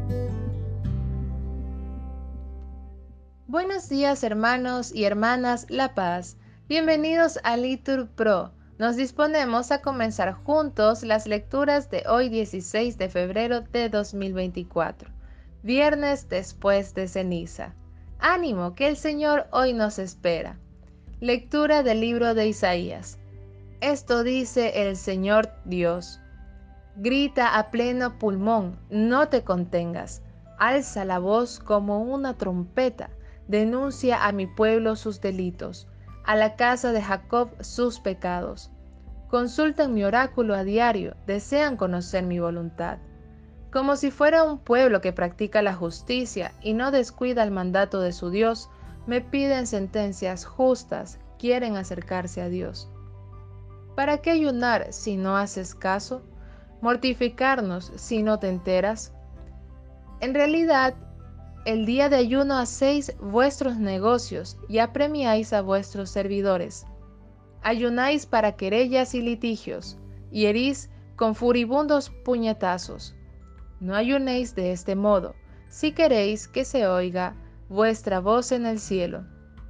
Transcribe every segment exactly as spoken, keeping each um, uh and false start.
Buenos días, hermanos y hermanas La Paz. Bienvenidos a Litur Pro. Nos disponemos a comenzar juntos las lecturas de hoy dieciséis de febrero de dos mil veinticuatro, viernes después de ceniza. Ánimo, que el Señor hoy nos espera. Lectura del libro de Isaías. Esto dice el Señor Dios. Grita a pleno pulmón, no te contengas. Alza la voz como una trompeta. Denuncia a mi pueblo sus delitos, a la casa de Jacob sus pecados. Consultan mi oráculo a diario, desean conocer mi voluntad. Como si fuera un pueblo que practica la justicia y no descuida el mandato de su Dios, me piden sentencias justas, quieren acercarse a Dios. ¿Para qué ayunar si no haces caso? ¿Mortificarnos si no te enteras? En realidad, el día de ayuno hacéis vuestros negocios y apremiáis a vuestros servidores. Ayunáis para querellas y litigios, y herís con furibundos puñetazos. No ayunéis de este modo, si queréis que se oiga vuestra voz en el cielo.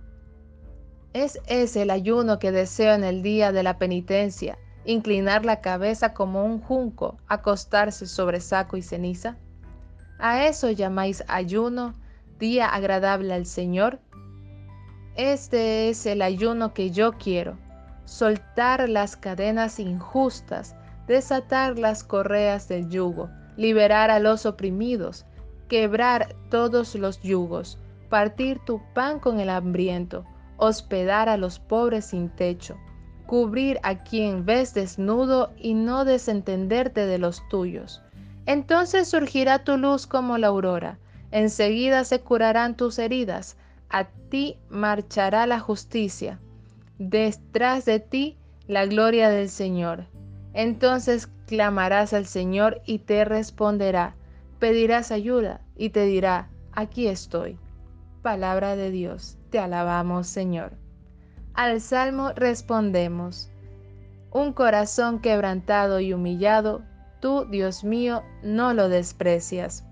¿Es ese el ayuno que deseo en el día de la penitencia, inclinar la cabeza como un junco, acostarse sobre saco y ceniza? ¿A eso llamáis ayuno, día agradable al Señor? Este es el ayuno que yo quiero: soltar las cadenas injustas, desatar las correas del yugo, liberar a los oprimidos, quebrar todos los yugos, partir tu pan con el hambriento, hospedar a los pobres sin techo, cubrir a quien ves desnudo y no desentenderte de los tuyos. Entonces surgirá tu luz como la aurora, enseguida se curarán tus heridas, a ti marchará la justicia, detrás de ti la gloria del Señor. Entonces clamarás al Señor y te responderá, pedirás ayuda y te dirá, aquí estoy. Palabra de Dios, te alabamos, Señor. Al Salmo respondemos, un corazón quebrantado y humillado, tú, Dios mío, no lo desprecias.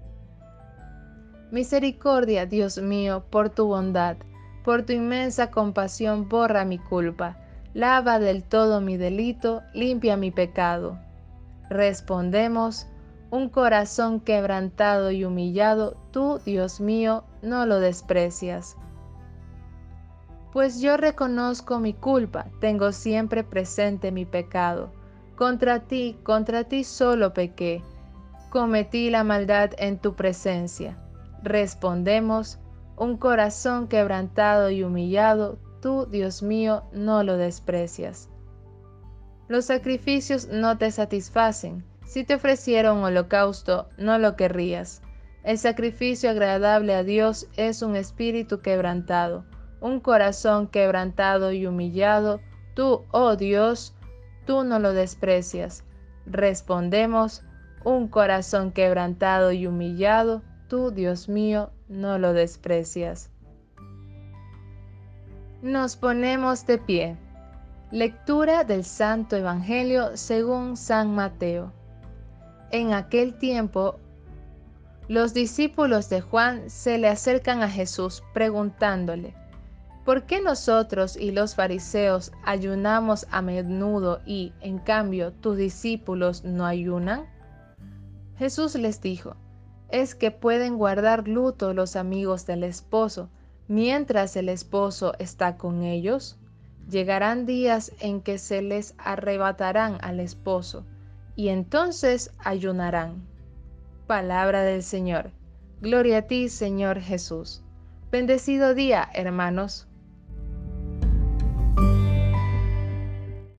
Misericordia, Dios mío, por tu bondad, por tu inmensa compasión borra mi culpa, lava del todo mi delito, limpia mi pecado. Respondemos, un corazón quebrantado y humillado, tú, Dios mío, no lo desprecias. Pues yo reconozco mi culpa, tengo siempre presente mi pecado. Contra ti, contra ti solo pequé, cometí la maldad en tu presencia. Respondemos, un corazón quebrantado y humillado, tú, Dios mío, no lo desprecias. Los sacrificios no te satisfacen. Si te ofreciera un holocausto, no lo querrías. El sacrificio agradable a Dios es un espíritu quebrantado, un corazón quebrantado y humillado. Tú, oh Dios, tú no lo desprecias. Respondemos, un corazón quebrantado y humillado, tú, Dios mío, no lo desprecias. Nos ponemos de pie. Lectura del Santo Evangelio según San Mateo. En aquel tiempo, los discípulos de Juan se le acercan a Jesús preguntándole, ¿por qué nosotros y los fariseos ayunamos a menudo y, en cambio, tus discípulos no ayunan? Jesús les dijo, es que pueden guardar luto los amigos del esposo, mientras el esposo está con ellos. Llegarán días en que se les arrebatarán al esposo, y entonces ayunarán. Palabra del Señor. Gloria a ti, Señor Jesús. Bendecido día, hermanos.